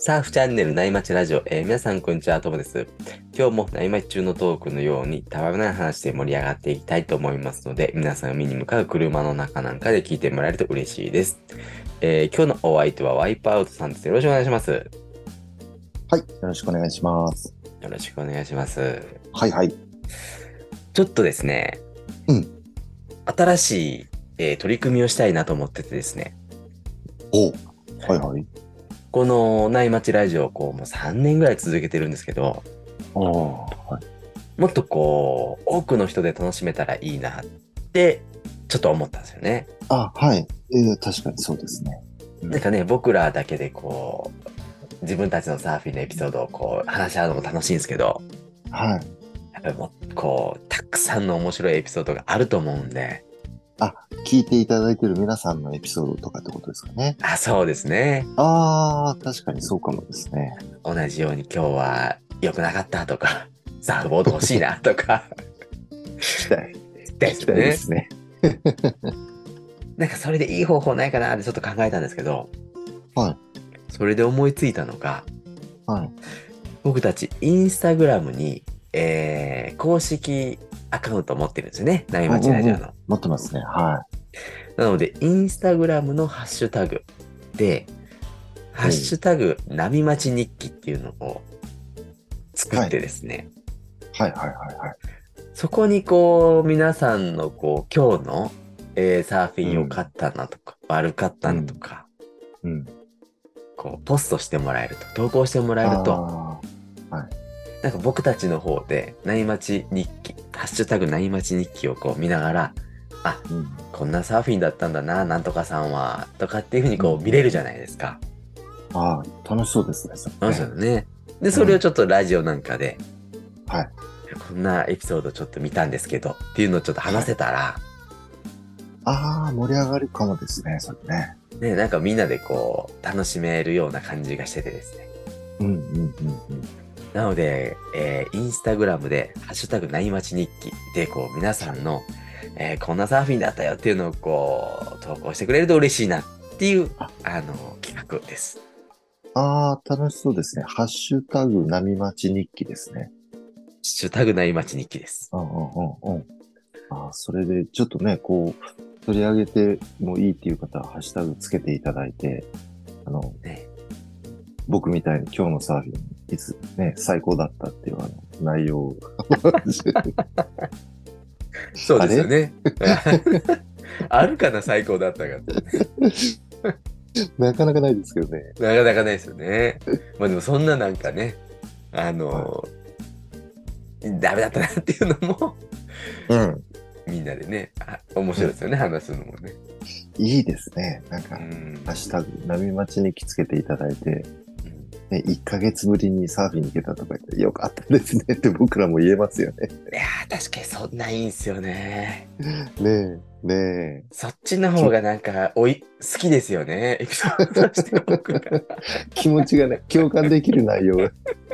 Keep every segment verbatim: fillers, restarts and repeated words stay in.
サーフチャンネル内町ラジオ、えー皆さんこんにちは、ともです。今日も内町中のトークのようにたわいない話で盛り上がっていきたいと思いますので、皆さん海に向かう車の中なんかで聞いてもらえると嬉しいです。えー今日のお相手はワイプアウトさんです。よろしくお願いします。よはい、よろしくお願いします。 ろしくお願いします。 はいはい。 ちょっとですね、 うん。 新しい、えー取り組みをしたいなと思っててですね、 お、はいはい。 この内町ラジオをこうもうさんねんぐらい続けてるんですけど、 ああ、はい。 もっとこう、多くの人で楽しめたらいいなって、ちょっと思ったんですよね。 あ、はい。えー、確かにそうですね。うん、 なんかね、僕らだけでこう、自分たちのサーフィンのエピソードをこう、話し合うのも楽しいんですけど、 はい。 やっぱりもう、こう、たくさんの面白いエピソードがあると思うんで、 あ、聞いていただいてる皆さんのエピソードとかってことですかね。 あ、そうですね。 ああ、確かにそうかもですね。 同じように今日は良くなかったとか、サーフボード欲しいなとか、 聞きたい。 で聞きたいですね。 すね。 なんかそれでいい方法ないかなってちょっと考えたんですけど、 はい。 それで思いついたのが、 はい。 僕たちインスタグラムに、えー、公式アカウントを持ってるんですよね。内うんうんうん。 町ラジオの。 持ってますね。はなので、インスタグラムのハッシュタグで、ハッい。 シュタグ波町日記っていうのを作ってはい。 ですね。 はいはいはいはい。 そこにこう、皆さんのこう、今日の、えーサーフィン良かうん。 ったなとか、悪かったなとうん。 か、 うん。 こう、ポストしてもらえると、投稿してもらえると、 ああ、はい。 なんか僕たちの方で、内町日記、ハッシュタグ内町日記をこう見ながら、あ、 うん。 こんなサーフィンだったんだな、なんとかさんは、とかっていうふうにうん。 こう見れるじゃないですか。 ああ、楽しそうですね、そそうですよれね。 ね。で、 うん。 それをちょっとラジオなんかで、 はい。 こんなエピソードちょっと見たんですけど、っていうのをちょっと話はい。 せたら、 ああ、盛り上がるかもですね、それね。 ね、なんかみんなでこう、楽しめるような感じがしててですね。 うん、うん、うん、うん。 なので、えー、インスタグラムで、ハッシュタグ内町日記で、こう、皆さはい。 んの、えーこんなサーフィンだったよっていうのをこう、投稿してくれると嬉しいなっていう、 あ、 あの、企画です。 あー楽しそうですね。ハッシュタグ、波町日記ですね。 ハッシュタグ内町日記です。 うん、うん、うん、うん。あーそれで、ちょっとね、こう、取り上げてもいいっていう方は、ハッシュタグつけていただいて、あの、 ね。 僕みたいに今日のサーフィン、いつね、最高だったっていうあの内容をそうあれですよね。あるかな、最高だったか。 なかなかないですけどね。 なかなかないですよね。まあでもそんななんかね、あはい。 の、ダメだったなっていうのも、 うん。 みんなでね、あ、面うん。 白いですよね、話すのもね。 いいですね。なんうか、ハッシュん。 タグ、波待ちに気つけていただいて、 うん。 ね、いっかげつぶりにサーフィンに行けたとか言って、よかったですねって僕らも言えますよね。 いやー、確かにそんないいんすよね。 ねえ、ねえ。 そっちのき、 方がなんか、おい、好きですよね。エピソードとして僕が。 気持ちがね、共感できる内容が。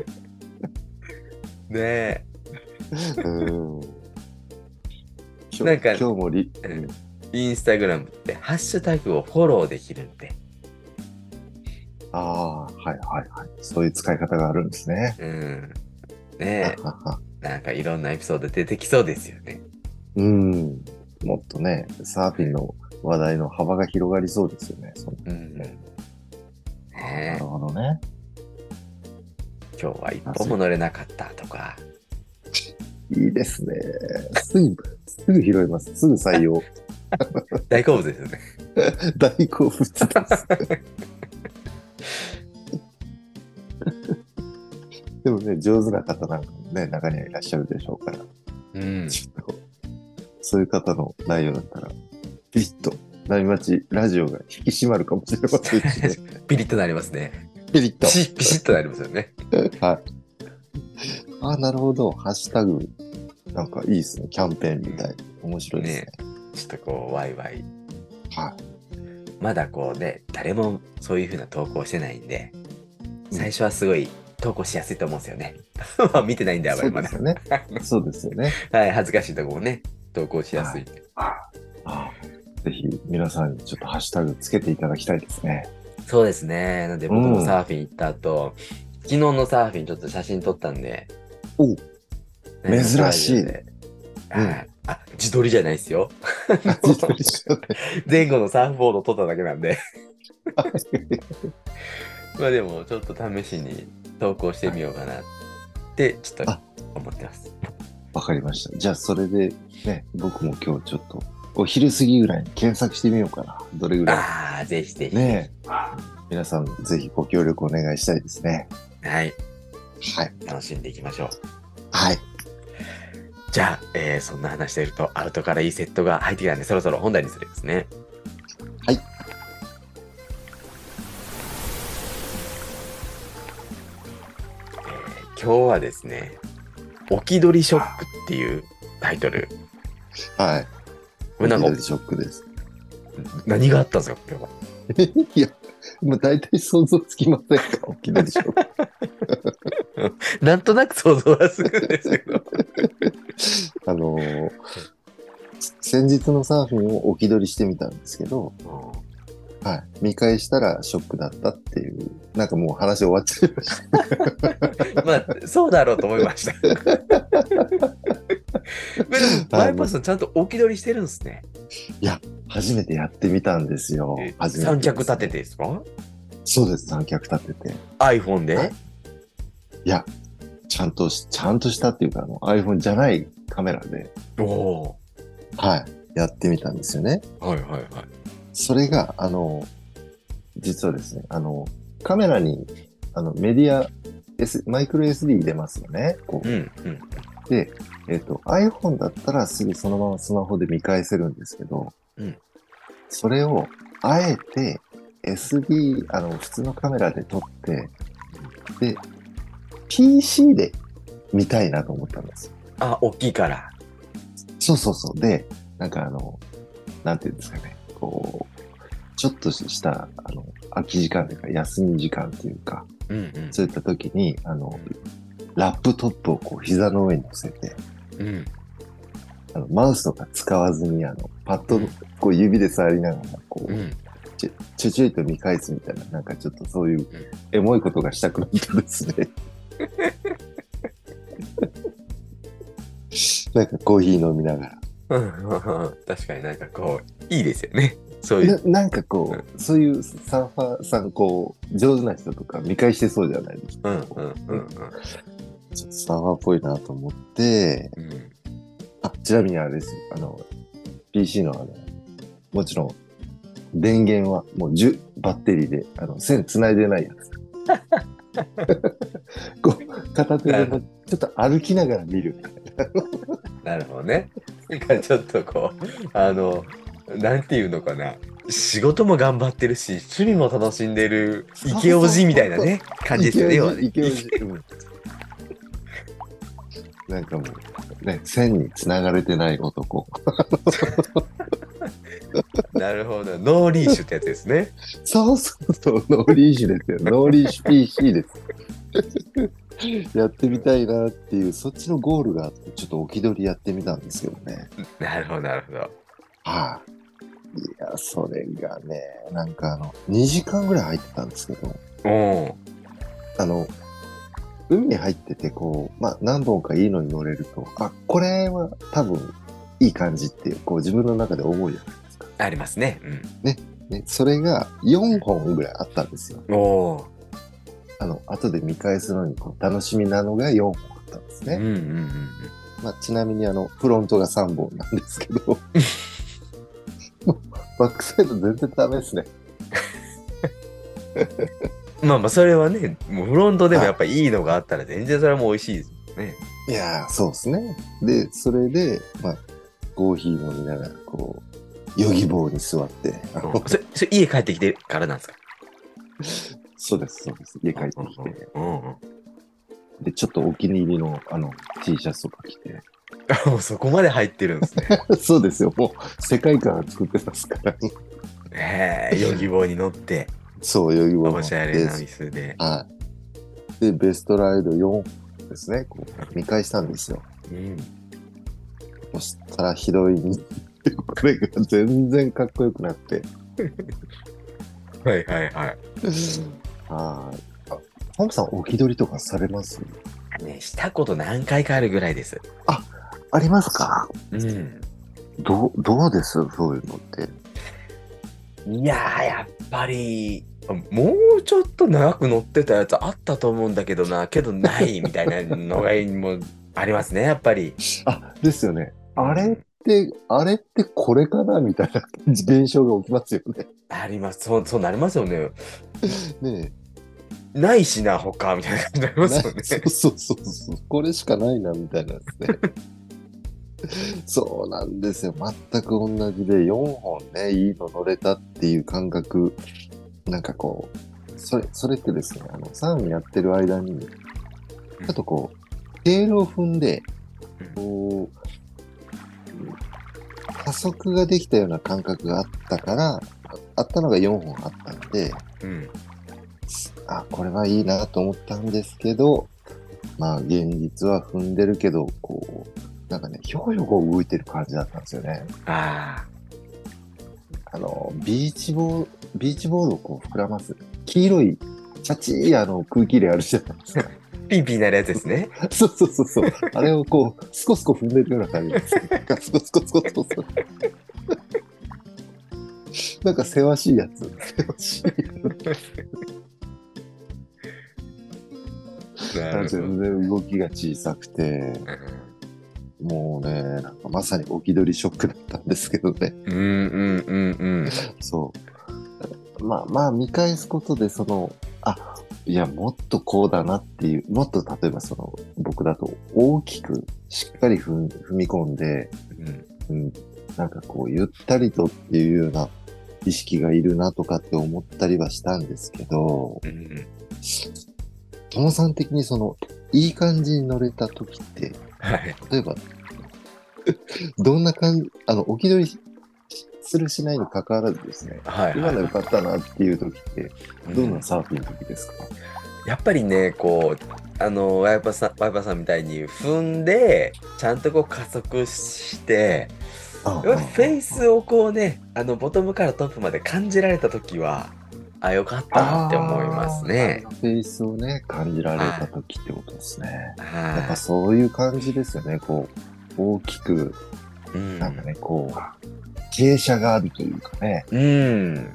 ねえ。 うん。今日、 なんか、 今日もり、 うん、 うん。 インスタグラムってハッシュタグをフォローできるんで。 ああ、はいはいはい。そういう使い方があるんですね。 うん。 あねはは。 え。なんかいろんなエピソード出てきそうですよね。 うん。もっとね、サーフィンの話題の幅が広がりそうですよね。そのうね。 ん。 ああ、なるねほどね。 え。今日は一あ、 歩そうも乗れなかったとか。 いいですね。すぐ、すぐ拾います。すぐ採用。 大好物ですよね。 大好物です。でもね、上手な方なんかもね、中にはいらっしゃるでしょうから、 うん。 ちょっと、そういう方の内容だったら、ピリッと、波町ラジオが引き締まるかもしれませんしね。 ピリッとなりますね。 ピリッと。 ピシッ、ピシッとなりますよね。 はい。あ、なるほど。ハッシュタグ、なんかいいですね。キャンペーンみたい。面白いですね。 ねえ。ちょっとこう、ワイワイ。 はまだこうね、誰もそういう風な投稿してないんで、 い。うん。 最初はすごい投稿しやすいと思うんですよね。まあ見てないんで、あまりまだ。 そうですよね。そうですよね。 はい、恥ずかしいとこもね、投稿しやすはい。 いんで。 ああ、ぜひ皆さんにちょっとハッシュタグつけていただきたいですね。 そうですね。なんで僕もサーフィン行った後、昨日のサーフィンちょっと写真撮ったんで、 お、 ね、またラジ珍しい。 オで。 うん。 はい。あ、自撮りじゃないですよ。ああ、自撮のりしようね。 前後のサーフボード撮っただけなんで。 はまあでも、ちょっと試しに投稿してみようかなって、ちょっとあ、 思ってます。 わかりました。じゃあ、それでね、僕も今日ちょっと、お昼過ぎぐらいに検索してみようかな。どれぐらい。 ああ、ぜひぜひぜねえ。皆さん、ぜひご協力お願いしたいですね。 ひ。はい。 はい。 楽しんでいきましょう。 はい。 じゃあ、えーそんな話していると、アウトからいいセットが入ってきたんで、そろそろ本題にするんですね。 はい。 今日はですね、置き取りショックっていうタイトル。 はい。 これなんか、 ドキドキショックです。 何があったんですか、今日は。 いや、もう大体想像つきませんか？起きるでしょう。 なんとなく想像はつくんですけど。 あのー先日のサーフィンを置き取りしてみたんですけど、はい。見返したらショックだったっていう、なんかもう話終わっちゃいました。 まあ、そうだろうと思いました。まあでも、マイパーソンちゃんと置き取りしてるんですね。 いや、初めてやってみたんですよ。 え初めてですね三脚立ててですか？ そうです、三脚立てて。 iPhone で、 はいいや、ちゃんとし、ちゃんとしたっていうか、あの iPhone じゃないカメラで、 おおはい、やってみたんですよね。 ー。はいはいはい。 それが、あの、実はですね、あの、カメラに、あの、メディア、S、マイクロ エスディー 入れますよね。こうんうん。 う。で、えっと、iPhone だったらすぐそのままスマホで見返せるんですけど、 うんそれを、あえて エスディー、あの、普通のカメラで撮って、で、ピーシー で見たいなと思ったんですよ。 あ、大きいから。 そうそうそう。で、なんかあの、なんていうんですかね。こう、ちょっとした、あの、空き時間というか、休み時間というか、 うんうんそういった時に、あの、ラップトップをこう、膝の上に乗せて、 うんあの、マウスとか使わずに、あの、パッド、こう、指で触りながら、こう、 うん。 ちょ、ちょちょいと見返すみたいな、なんかちょっとそういう、エモいことがしたくなったですね。なんかコーヒー飲みながら。 うん確かになんかこう、いいですよね。そういな、 う。 なんかこう、そういうサーファーさん、こう、上手な人とか見返してそうじゃないですか。 うんうんうんうん。 ちょっとサーファーっぽいなと思って、 うんあ、ちなみにあれですよ。あの、ピーシー のあの、もちろん、電源はもうじゅうバッテリーで、あの、線繋いでないやつ。こう、片手でもちょっと歩きながら見る。 なるほどね。なんかちょっとこう、あの、なんていうのかな。仕事も頑張ってるし、趣味も楽しんでる、イケオジみたいなね、感じですよね、要はね。 イケオジ、イケオジ。うんなんかもう、ね、線に繋がれてない男。 なるほど。ノーリーシュってやつですね。 そうそうそう、ノーリーシュですよ。ノーリーシュ ピーシー です。やってみたいなっていう、そっちのゴールがあって、ちょっと置き取りやってみたんですけどね。 なるほど、なるほど。 はい、あ。いや、それがね、なんかあの、にじかんぐらい入ってたんですけど、 おお。 あの、海に入ってて、こう、まあ、何本かいいのに乗れると、あ、これは多分いい感じって、こう自分の中で思うじゃないですか。 ありますね。 ね。ね、それがよんほんぐらいあったんですよ。 うん。おお。 あの、後で見返すのにこう楽しみなのがよんほんあったんですね。 うんうんうんうん。 まあ、ちなみにあの、フロントがさんぼんなんですけど、バックサイド全然ダメですね。 まあまあ、それはね、もうフロントでもやっぱいいのがあったら全然それも美味しいですもんね。 いやー、そうですね。で、それで、まあ、コーヒー飲みながら、こう、ヨギボーに座って、あのうんそれ、それ家帰ってきてからなんですか？ そうです、そうです。家帰ってきて、 うんうんうんで、ちょっとお気に入りの、あの、T シャツとか着て、 あもうそこまで入ってるんですね。 そうですよ。もう、世界観作ってますから。 へえ、ヨギボーに乗って、 そう、ヨギボーおしゃれな椅子で。 はい。で、ベストライドよんですね。こう見返したんですよ。 うん。 そしたらひどいに。これが全然かっこよくなって。 はいはいはい。 あーあ、トムさん、置き取りとかされます？ ね、したこと何回かあるぐらいです。 あ、ありますか？ うん。 どう、どうですそういうのって？ いやー、やっぱり、もうちょっと長く乗ってたやつあったと思うんだけどな、けどないみたいなのがもうありますね、やっぱり。 あ、ですよね。あれっうん。 て、あれってこれかなみたいな現象が起きますよね。 あります。そう、そうなりますよね。 ねないしな、他、みたいな感じになりまえ。な、 すよね。 そうそうそうそう。これしかないな、みたいなですね。そうなんですよ。全く同じで、よんほんね、いいの乗れたっていう感覚、なんかこう、それ、それってですね、あの、サーフィンやってる間に、ちうん。 ょっとこう、テールを踏んで、 うん。 こう、加速ができたような感覚があったから、あったのがよんほんあったんで、 うん。 あ、これはいいなと思ったんですけど、まあ現実は踏んでるけど、こう、なんかね、ひょこひょこ動いてる感じだったんですよね。 ああの、ビーチボー、ビーチボードをこう膨らます。黄色い、チャチーあの空気入れあるじゃないですか。 あ、ピンピンなるやつですね。 そうそうそうそう。あれをこう、スコスコ踏んでるような感じですね。なんかスコスコスコスコスコ。なんかせわしいやつ。せわしい。 なるほど。 全然動きが小さくて、 うんもうね、なんかまさに置き取りショックだったんですけどね。 うんうんうんうん。 そう。まあまあ見返すことで、その、あ、いや、もっとこうだなっていう、もっと例えばその、僕だと大きくしっかり踏ん踏み込んで、 うんうん、なんかこう、ゆったりとっていうような意識がいるなとかって思ったりはしたんですけど、 うん。 トモさん的にその、いい感じに乗れた時って、 はい。 例えば、どんな感じ、あの、置き取りするしないに関わらずですね、 はいはいは今の良かったなっていう時って、 い。うどんなん。 サーフィンの時ですか？ やっぱりね、こう、あの、ワイパーさん、ワイパーさんみたいに踏んで、ちゃんとこう加速して、 ああ、 やっぱフェイあスをこうね、あの、ボトムからトップまで感じられたときは、あ、よかったなって思いますあ、ああ、あね。 のフェイスをね、感じられたは時ってことですね。 い。 やっぱはそういう感じですよね。こう、大きく、 い。うん。 なんかね、こう、傾斜があるというかね。 うん。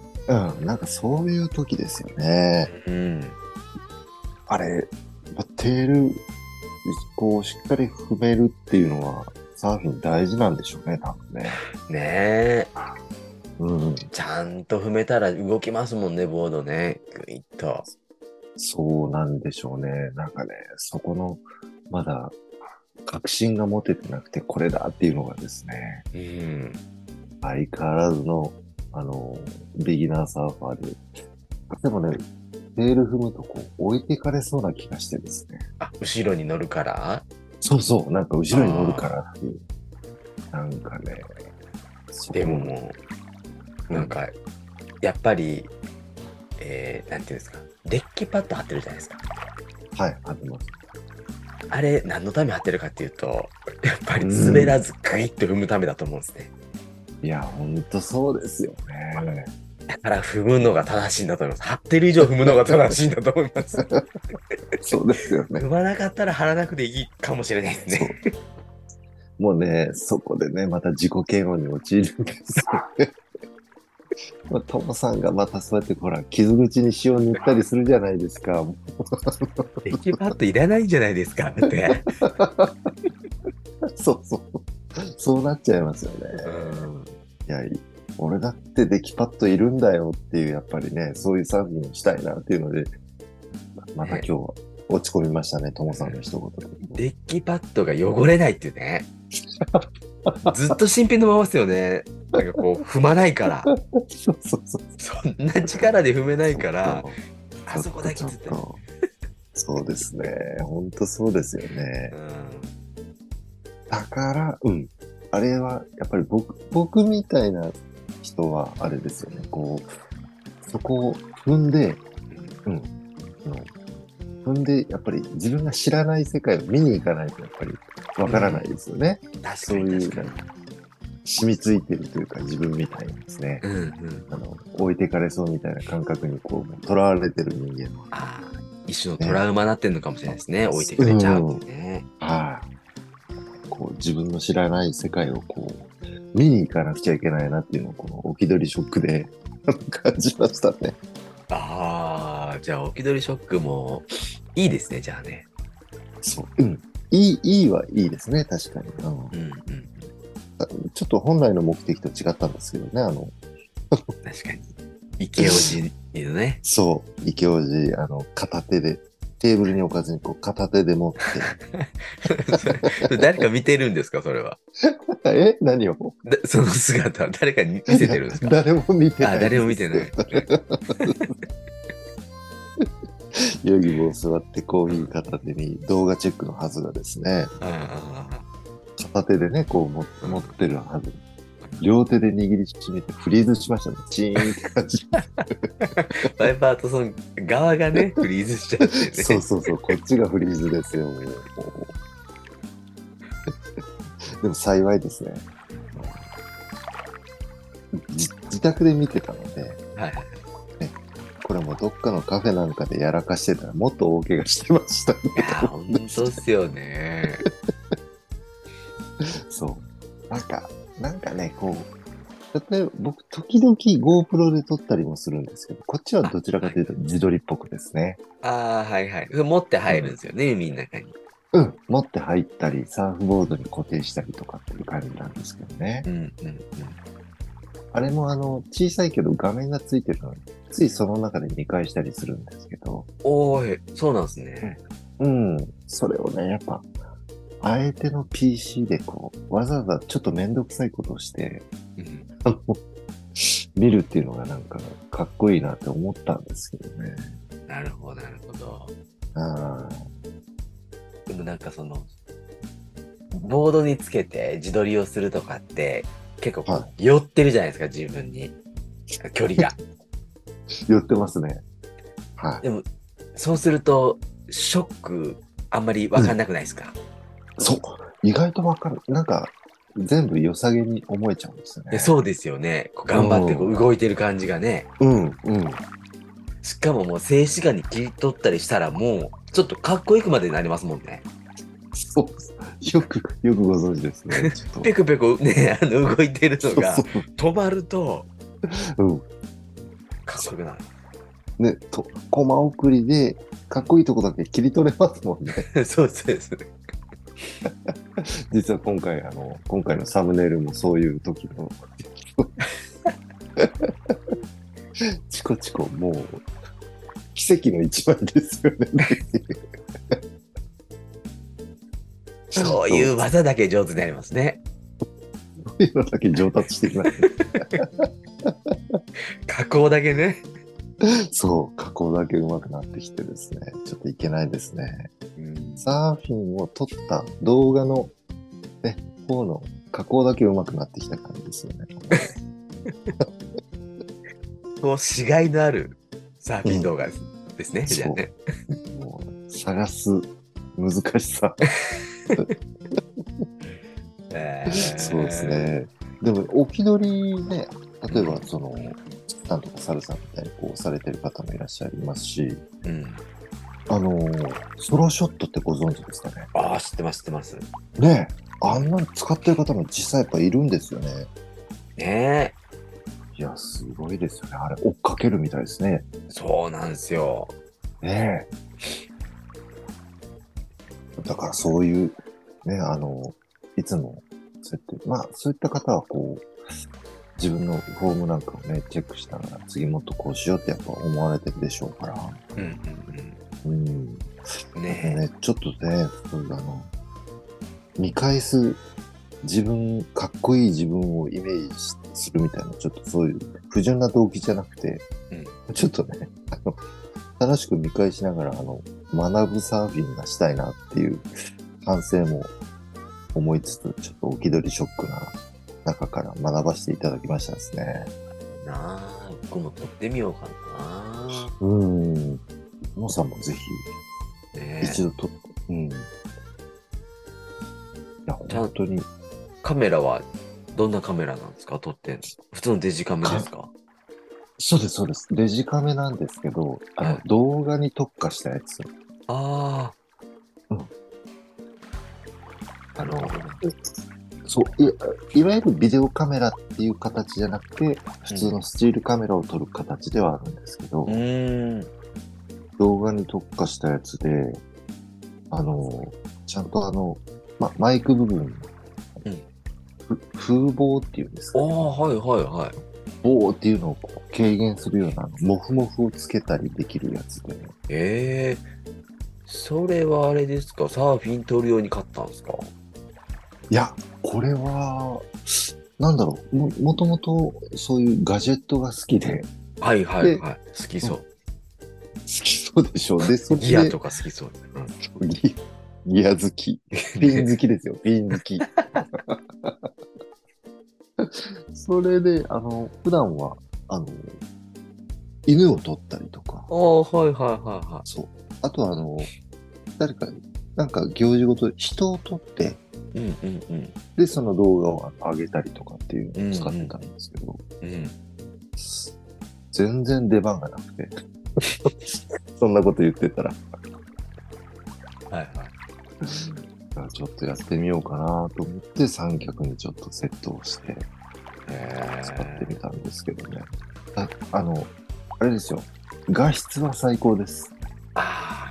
うん、なんかそういう時ですよね。 うん。 あれ、まテール、こう、しっかり踏めるっていうのは、サーフィン大事なんでしょうね、多分ね。 ねえ。 うん。 ちゃんと踏めたら動きますもんね、ボードね。ぐいっと。 そうなんでしょうね。なんかね、そこの、まだ、確信が持ててなくて、これだっていうのがですね、 うん。 相変わらずの、あの、ビギナーサーファーで、でもね、テール踏むとこう、置いてかれそうな気がしてですね。 あ、後ろに乗るからそうそう、なんか後ろに乗るかああらっていう。なんかね、そー。でこの、 ももう、 うん。 なんか、やっぱり、えー、なんていうんですか。デッキパッド貼ってるじゃないですか。 はい、あります。 あれ、何のために貼ってるかっていうと、やっぱりうん。 滑らずグイッと踏むためだと思うんですね。 いや、ほんとそうですよね。 だから踏むのが正しいんだと思います。貼ってる以上踏むのが正しいんだと思います。 そうですよね。 踏まなかったら貼らなくていいかもしれないですね。 そう。もうね、そこでね、また自己嫌悪に陥るんですよね。まあ、トモさんがまたそうやってほら、傷口に塩塗ったりするじゃないですか。 デッキパッドいらないんじゃないですかって。 そうそう。そうなっちゃいますよね。 うん。 いや、俺だってデキパッドいるんだよっていう、やっぱりね、そういうサーフィンをしたいなっていうので、また今ね、 日は落ち込みましたね、トモさんの一言で。 デッキパッドが汚れないっていうね。ずっと新品のままですよね。なんかこう、踏まないから。 そうそうそう。 そんな力で踏めないちょっから、 と、ちあそこょっとちだけつって。 ょっと、そうですね。ほんとそうですよね。 うん。 だから、うん。あれは、やっぱり僕、僕みたいな人は、あれですよね。こう、そこを踏んで、うん。あの踏んで、やっぱり自分が知らない世界を見に行かないと、やっぱりわからないですよね。 確かそういう、 に確かに。 なんか染みついてるというか、自分みたいにですね、 うんうん。 あの、置いてかれそうみたいな感覚にこう、囚われてる人間のああ、一種のトね、 ラウマになってんのかもしれないですね。置いてかれちゃうっうん、 てね。 はい、こう、自分の知らない世界をこう、見に行かなくちゃいけないなっていうのを、この置き取りショックで感じましたね。 ああ、じゃあ、置き取りショックもいいですね、じゃあね。 そう。うん。いい、いいはいいですね、確かに。あの、 うんうん。 ちょっと本来の目的と違ったんですけどね、あの、 確かに。イケオジのね。 そう、池王子、あの、片手で、テーブルに置かずに、こう、片手で持っそれそれ誰か見てるんですか、それは。 て、え何をだその姿、誰かに見いや、 せてるんですか？ 誰も見てあ、 ない誰もですよ。 見てない。 ヨギボー座ってコーヒー片手に動画チェックのはずがですね、 ああ、 片手でね、こう持持ってるはず。両手で握りしめてフリーズしましたね。チーンって感じ。 バイパートソン側がね、フリーズしちゃってね。 そうそうそう、こっちがフリーズですよ。もうでも幸いですね。じ自宅で見てたので、 はいはい。 ね、これもどっかのカフェなんかでやらかしてたらもっと大怪我してましたね。 いやー、ほんとっすよね。 そう。なんか、なんかね、こう、例えば僕、時々 GoPro で撮ったりもするんですけど、こっちはどちらかというと自撮りっぽくですね。 ああ、はいはい。持って入るんですよね、海の中に。 うん、持って入ったり、サーフボードに固定したりとかっていう感じなんですけどね。 うんうんうん。 あれもあの、小さいけど画面がついてるのに、ついその中で見返したりするんですけど、 おーい、そうなんですね。 うん、それをね、やっぱ、あえての ピーシー でこう、わざわざちょっとめんどくさいことをして、 うんあの、見るっていうのがなんか、かっこいいなって思ったんですけどね。 なるほど、なるほど。 あでもなんかその、ボードにつけて自撮りをするとかって、結構こはう寄ってるじゃないですか、自分に。距離が。 寄ってますね。はい。 でも、そうすると、ショック、あんまりわかんなくないですか？ そう。意外とわかる。なんか、全部良さげに思えちゃうんですよね。 でそうですよね。こう頑張ってこう動いてる感じがね。 うん、うん。 しかももう静止画に切り取ったりしたらもう、ちょっとかっこよくまでなりますもんね。 そう。よく、よくご存知ですね。ちょっと。 ペコペコね、あの動いてるのがそう止まると、 そう。うん。 かっこよくなね、と、コマ送りで、かっこいいとこだけ切り取れますもんね。 る。そうですそうです。 実は今回、あの、今回のサムネイルもそういう時の、チコチコ、もう、奇跡の一枚ですよね。 そういう技だけ上手になりますね。 そういうのだけ上達してきますね。 加工だけね。 そう、加工だけ上手くなってきてですね、ちょっといけないですね。 うんサーフィンを撮った動画の、ね、方の加工だけ上手くなってきた感じですよね。 こう、しがいのあるサーフィン動画です,、ですね。じゃあね。 もう探す難しさ。 えーそうです。ね。でも、置き取りね、例えば、その、さんとかサルさんみたいにこうされてる方もいらっしゃいますし、 うん。 あのーソロショットってご存知ですかね。 ああ、知ってます、知ってます。 ねえ、あんなの使ってる方も実際やっぱいるんですよね。 ねいや、すごいですよね。あれ、追っかけるみたいですね。 え。そうなんですよ。 ねえ。だからそういう、ね、あの、いつも、そうやって、まあ、そういった方はこう、自分のフォームなんかをね、チェックしながら、次もっとこうしようってやっぱ思われてるでしょうから。 うんうんうん。 うん。 でねもね、ちょっとね、そういうあの、見返す自分、かっこいい自分をイメージするみたいな、ちょっとそういう不純な動機じゃなくて、 うんちょっとね、あの、楽しく見返しながら、あの、学ぶサーフィンがしたいなっていう反省も思いつつ、ちょっと置き取りショックな中から学ばせていただきましたですね。 え。なあ、僕も撮ってみようかな。 うーん。もさんもぜひ、 ねえ。 一度撮って、うん。いや、 ちゃん本当に、 カメラはどんなカメラなんですか撮ってんの？普通のデジカメですか？ そうです、そうです。デジカメなんですけど、あの、 はい。 動画に特化したやつ。 あうん。 あ、 あの、 なるほど。 そう、い、いわゆるビデオカメラっていう形じゃなくて、普通のスチールカメラを撮る形ではあるんですけど、 うーん。 動画に特化したやつで、あの、ちゃんとあの、ま、マイク部分、 うん。 ふ風防っていうんですかね。 ああ、はいはいはい。 防っていうのをこう軽減するような、あのモフモフをつけたりできるやつで。 ええ、それはあれですか？サーフィン撮るように買ったんですか？ いや、これは、なんだろう、も、もともとそういうガジェットが好きで、 はいはいで、 はい。好きうん、好そう。 きそうでしょう。で、それで、 ギアとか好きそう。 ギ、ギア好き。 うん。 ピンね。 好きですよ、ピン好き。それで、あの、普段は、あの、犬を撮ったりとか、 ああ、はいはいはいはそう。あとは、あの、誰か、なんか行事ごと、人を撮って、 い。うんうんうん。 で、その動画を上げたりとかっていううんのを使ってたんですけど、 うん。うん。 全然出番がなくて、そんなこと言ってたら、 はいはい。 じゃあちょっとやってみようかなと思って三脚にちょっとセットをして使ってみええ。 たんですけどね。あ、あの、あれですよ。画質は最高です。 あ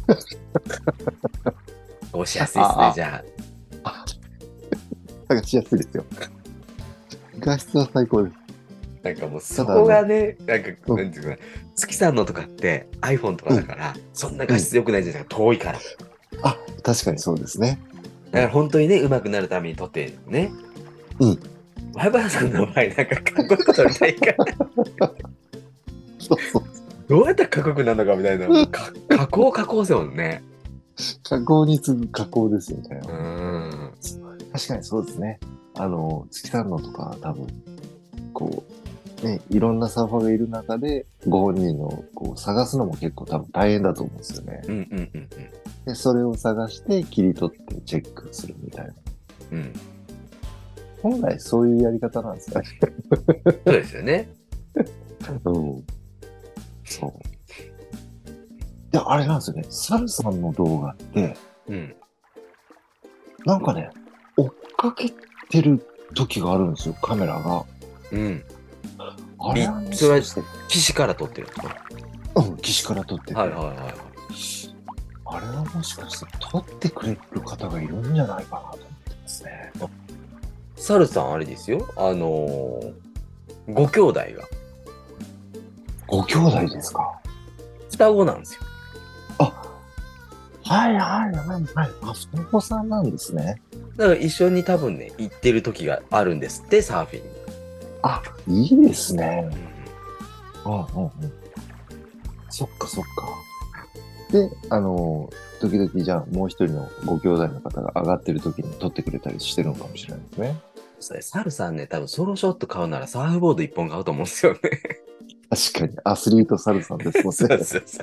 あ、押しやすいですね、 あじゃあ、あ、探しやすいですよ。画質は最高です。 あ。なんかもうそただあの、 こがね、なんか、 うん、 なんていうかな、月さんのとかって iPhone とかうん、 だから、そんなうん。 画質良くないじゃないですか、遠いから。 あ、確かにそうですね。 だからうん、 本当にね、上手くなるために撮ってるのね。 うん。 ワイバーさんの場合、なんかかっこよく撮りたいから、 そうそう。 どうやったらかっこよくなるのかみたいな、もうか加工加工ですもんね。 加工に次ぐ加工ですよね。 うーん。 確かにそうですね。あの、月さんのとか多分、こう、ね、いろんなサーファーがいる中で、ご本人のこう探すのも結構多分大変だと思うんですよね。 うんうんうんで、それを探して切り取ってチェックするみたいな。 うん。うん。 本来そういうやり方なんですかね。 そうですよね。 うん。そう。で、あれなんですよね。サルさんの動画って、 うん。 なんかね、追っかけてる時があるんですよ、カメラが。 うん。 あれはもそれはしかして、 岸から撮ってるんですか？ うん、岸から撮ってて。 はいはいはいはい。 あれはもしかして撮ってくれる方がいるんじゃないかなと思ってますね。 サルさんあれですよ。あのーご兄弟がご兄弟ですか？ 双子なんですよ。 あ、はいはいはいはい。あ、双子さんなんですね。 だから一緒に多分ね、行ってる時があるんですって、サーフィンに。 あ、いいですね。 うんうんうんうん。そっかそっか。で、あの、時々じゃあもう一人のご兄弟の方が上がってる時に撮ってくれたりしてるのかもしれないですね。 それサルさんね、多分ソロショット買うならサーフボード一本買うと思うんですよね。 確かに、アスリートサルさんですもんそうね。 そうそう。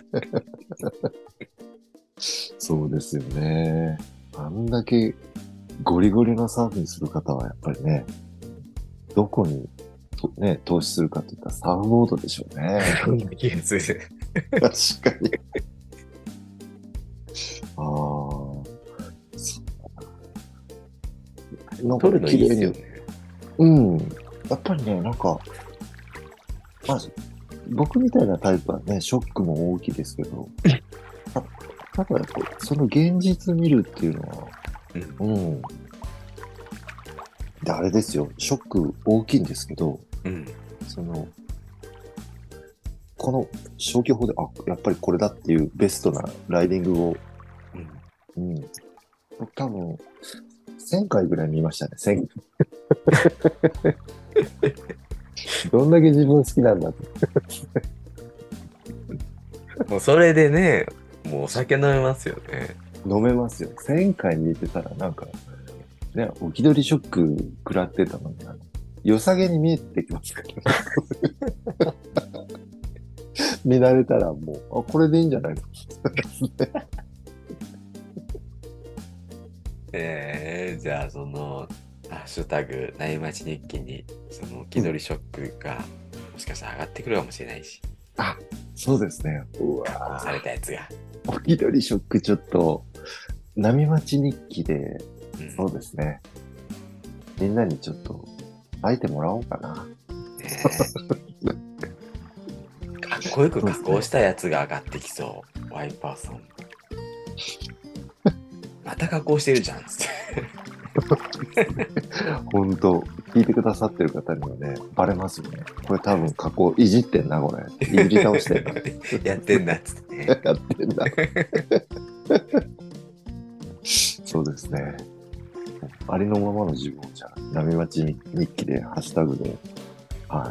そうですよね。あんだけゴリゴリのサーフィンする方はやっぱりね、どこにと、ね、投資するかって言ったらサーフボードでしょうね。 そんな気がする。 確かに。ああ、そうなんか撮るのいい綺麗に。 っすよね。 うん。やっぱりね、なんか、まず、僕みたいなタイプはね、ショックも大きいですけど、たただやっぱ、その現実見るっていうのは、 うん。 うん。で、あれですよ、ショック大きいんですけど、 うん。 その、この消去法で、あ、やっぱりこれだっていうベストなライディングを、 うん。 うん。僕多分、せんかいぐらい見ましたね、せん。どんだけ自分好きなんだって。 もうそれでね、もうお酒飲めますよね。 飲めますよ。せんかい見てたらなんか、ね、置き取りショック食らってたのに、あの良さげに見えてきますから、ね。見慣れたらもう、あ、これでいいんじゃないの？ えー、じゃあその、 ハッシュタグ、なまち日記に、その気取りショックが、もしかしたら上がってくるかもしれないし。 あ、そうですね。うわ加工されたやつが。 お気取りショックちょっと、波待ち日記で、 うん、 そうですね。みんなにちょっと、書いてもらおうかな。 ねかっこよく加工したやつが上がってきそう。ワイパーさん。また加工してるじゃんつって。 本当聞いてくださってる方にはね、バレますよね。これ多分加工いじってんな、これ。いじり倒してんな。 やってんだっつってね。 やってんだ。そうですね。ありのままの自分をじゃあ、波待ち日記で、ハッシュタグで、はい。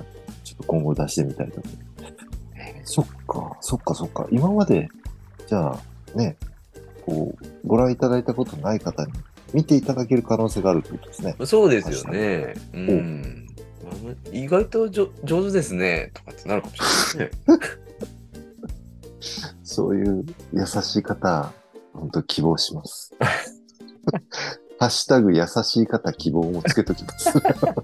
ちょっと今後出してみたいと思います。そっか、そっか、そっか。今まで、じゃあ、ね、こう、ご覧いただいたことない方に見ていただける可能性があるということですね。 そうですよね。うん。意外とじょ上手ですね。とかってなるかもしれないですね。 そういう優しい方、本当希望します。ハッシュタグ優しい方希望もつけときます。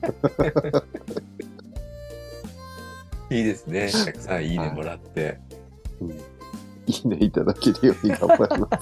いいですね。たくさんいいねもらって。 うん、いいねいただけるように頑張ります。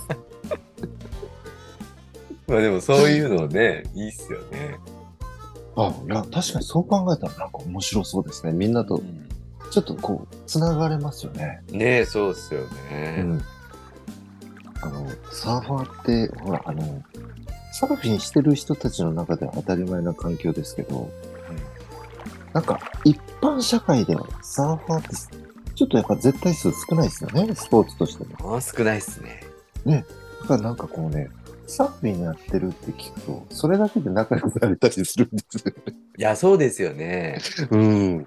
まあでもそういうのね、いいっすよね。 あ、いや、確かにそう考えたらなんか面白そうですね。みんなと、ちょっとこう、つながれますよね。 うん、ねえ、そうっすよね。うん。 あの、サーファーって、ほら、あの、サーフィンしてる人たちの中では当たり前な環境ですけど、うん、なんか、一般社会ではサーファーって、ちょっとやっぱ絶対数少ないですよね、スポーツとしても。 ああ、少ないっすね。 ね。だからなんかこうね、サーフィンやってるって聞くと、それだけで仲良くなれたりするんですよね。 いや、そうですよね。 うん。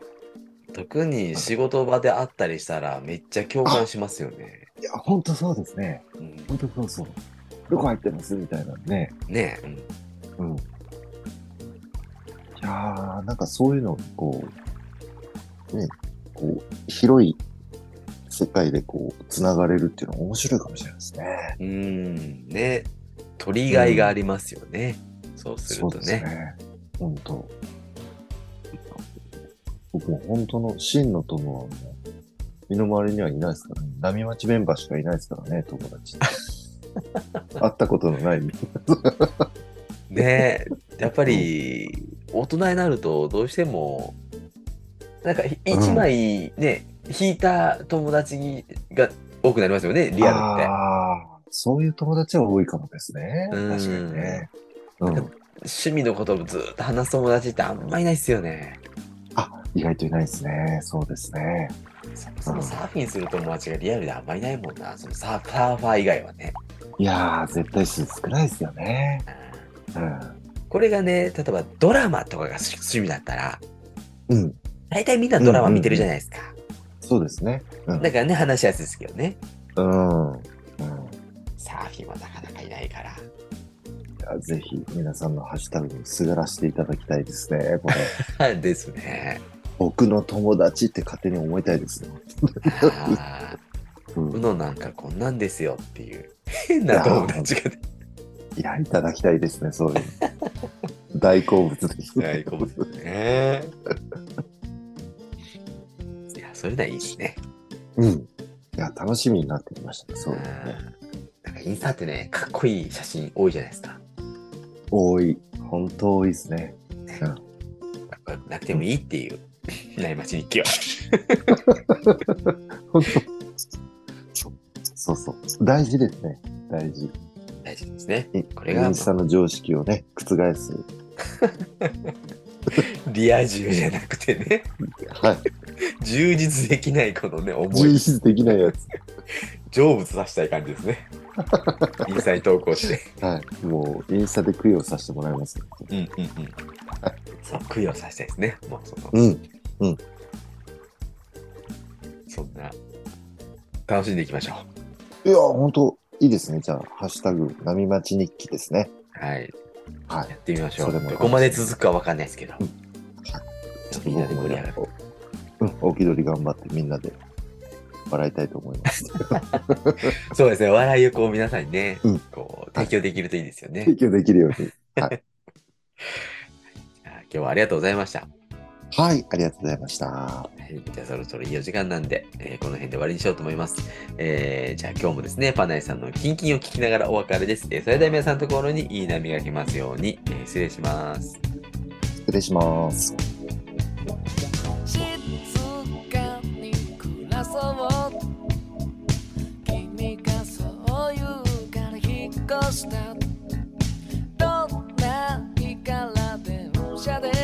特に仕事場で会ったりしたらめっちゃ共感しますよね。 いや、ほんとそうですね。うん、ほんとそうそう。どこ入ってますみたいなね。 ねえ。うん。うん、いやー、なんかそういうのをこう、ね、こう、広い世界でこう、つながれるっていうのは面白いかもしれないですね。 うん、ね。取りがいがありますよね。うん、そうするとね。そうですね。 本当。僕も本当の真の友はもう、身の回りにはいないですからね。波町メンバーしかいないですからね、友達。会ったことのないみんな。 ねえ、やっぱり、大人になるとどうしても、なんか一枚ね、うん、引いた友達が多くなりますよね、リアルって。 ああ、そういう友達は多いかもですね。確かにね。 うん、なんか趣味のことをずっと話す友達ってあんまりいないですよね。 あ、意外といないですね。そうですね。 そもそもサーフィンする友達がリアルであんまりいないもんな。そのサーファー以外はね。 いやー、絶対数少ないですよね。 うん。これがね、例えばドラマとかが趣味だったら、うん。大体みんなドラマ見てるじゃないですか。うんうんうん、 そうですね。 うん、だからね、話しやすいですけどね。 うん。うん、 サーフィンはなかなかいないから。 いやぜひ皆さんのハッシュタグにすがらせていただきたいですね、これ。ですね。 僕の友達って勝手に思いたいですよ。 ああ、うのなんかこんなんですよっていう変な友達が、ね、 いや、いただきたいですね、そういう大好物です。 大好物ですね。いや、それならいいですね。 うん。いや、楽しみになってきましたね、そういうのね。 なんかインスタってね、かっこいい写真多いじゃないですか。 多い。本当多いですね。 ね、うん、かっこよくなくてもいいっていう、なりまち日記は。 本当そうそうそう。大事ですね。大事。 大事ですね。 これが。インスタの常識をね、覆す。 リア充じゃなくてね。 はい。 充実できないこのね、思い。 充実できないやつ。 成仏させたい感じですね。インスタに投稿して。 はい。もう、インスタで供養させてもらいます。 うんうんうん。そう、供養させたいですね。もうその。 うん。うん。 そんな、楽しんでいきましょう。いや、本当いいですね。じゃあ、ハッシュタグ、波町日記ですね。 はい。 はい。 やってみましょう。どこまで続くかわかんないですけど。うん、はい。みんなで盛り上がる。 うん、大気取り頑張ってみんなで笑いたいと思います。 そうですね。笑いをこう皆さんにね、うん、こう提供できるといいですよね。 提供できるように。はい。 日はありがとうございました。 はい、ありがとうございました。 はい、じゃあそろそろいいお時間なんで、えーこの辺で終わりにしようと思います。えーじゃあ今日もですね、パナイさんのキンキンを聞きながらお別れです。えーそれでは皆さんのところにいい波が来ますように、えー失礼します。 失礼します。 静かに暮らそう君がそう言うから引っ越したどんな日から電車で